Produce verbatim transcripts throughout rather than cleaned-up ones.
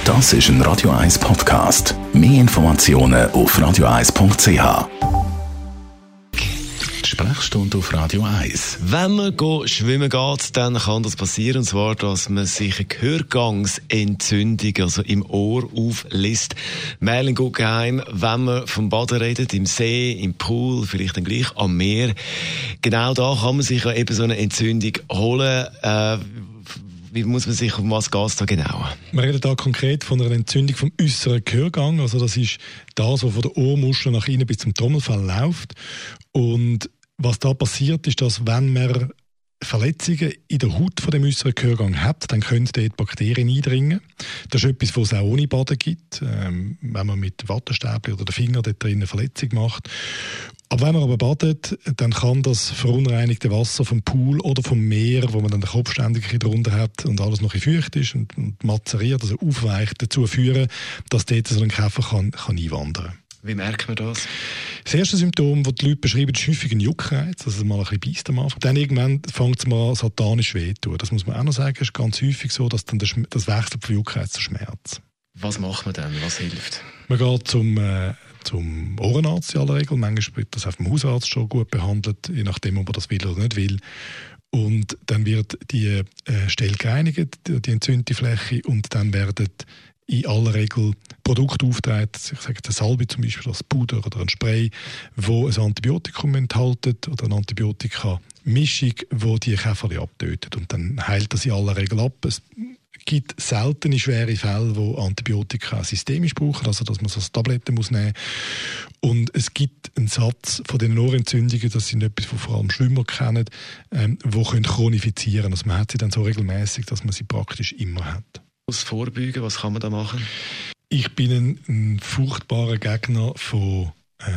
Das ist ein Radio eins Podcast. Mehr Informationen auf radio eins punkt c h. Sprechstunde auf Radio eins. Wenn man go schwimmen geht, dann kann das passieren. Und zwar, dass man sich eine Gehörgangsentzündung, also im Ohr, auflässt. Merlin Guggenheim, wenn man vom Baden redet, im See, im Pool, vielleicht dann gleich am Meer, genau da kann man sich ja eben so eine Entzündung holen. Äh, Wie muss man sich, um was geht es da genau? Wir reden hier konkret von einer Entzündung vom äußeren Gehörgang. Also das ist das, was von der Ohrmuschel nach innen bis zum Trommelfell läuft. Und was da passiert, ist, dass wenn man Verletzungen in der Haut von dem äußeren Gehörgang hat, dann können dort Bakterien eindringen. Das ist etwas, was es auch ohne Baden gibt, ähm, wenn man mit Wattestäbchen oder den Finger dort drin eine Verletzung macht. Aber wenn man aber badet, dann kann das verunreinigte Wasser vom Pool oder vom Meer, wo man dann den Kopf ständig drunter hat und alles noch feucht ist und, und mazeriert, also aufweicht, dazu führen, dass dort so ein Käfer kann, kann einwandern kann. Wie merkt man das? Das erste Symptom, das die Leute beschreiben, ist häufig ein Juckreiz, also mal ein bisschen beisst am Anfang. Dann irgendwann fängt es mal an, satanisch weh zu tun. Das muss man auch noch sagen, es ist ganz häufig so, dass dann das, das wechselt von Juckreiz zu Schmerz. Was macht man dann? Was hilft? Man geht zum, äh, zum Ohrenarzt in aller Regel. Manchmal wird das auf dem Hausarzt schon gut behandelt, je nachdem, ob man das will oder nicht will. Und dann wird die äh, Stelle gereinigt, die entzündete Fläche, und dann werden in aller Regel Produkte auftreten, ich sage eine Salbe zum Beispiel, das Puder oder ein Spray, wo ein Antibiotikum enthält oder eine Antibiotika-Mischung, die die Käfer abtötet. Und dann heilt das in aller Regel ab. Es gibt seltene schwere Fälle, wo Antibiotika systemisch brauchen, also dass man so Tabletten muss nehmen muss. Und es gibt einen Satz von den Ohrentzündungen, das sind etwas, was vor allem Schwimmer kennen, ähm, die können chronifizieren. Also man hat sie dann so regelmäßig, dass man sie praktisch immer hat. Was vorbeugen, was kann man da machen? Ich bin ein, ein furchtbarer Gegner von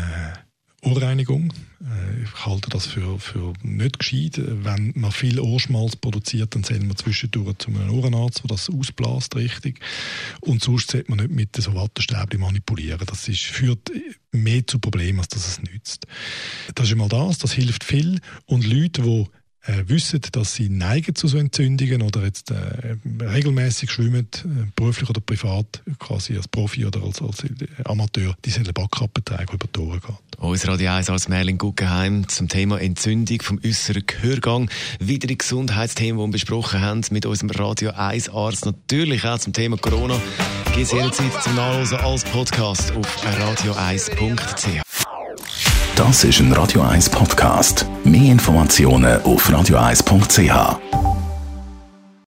äh, Ohrreinigung. Äh, ich halte das für, für nicht gescheit. Wenn man viel Ohrschmalz produziert, dann soll man zwischendurch zu einem Ohrenarzt, der das ausbläst richtig. Und sonst sollte man nicht mit so Wattestäbchen manipulieren. Das ist, führt mehr zu Problemen, als dass es nützt. Das ist einmal das, das hilft viel. Und Leute, die Äh, wissen, dass sie neigen zu so Entzündungen oder jetzt äh, regelmäßig schwimmen, äh, beruflich oder privat, quasi als Profi oder als, als Amateur, die sollen Backkappen tragen, die über die Ohren geht. Unser Radio eins als Merlin Guggenheim zum Thema Entzündung vom äußeren Gehörgang. Weitere Gesundheitsthemen, die wir besprochen haben mit unserem Radio eins Arzt. Natürlich auch zum Thema Corona. Gibt es jederzeit zum Nachhören als Podcast auf radio eins punkt c h. Das ist ein Radio eins Podcast. Mehr Informationen auf radio eins punkt c h.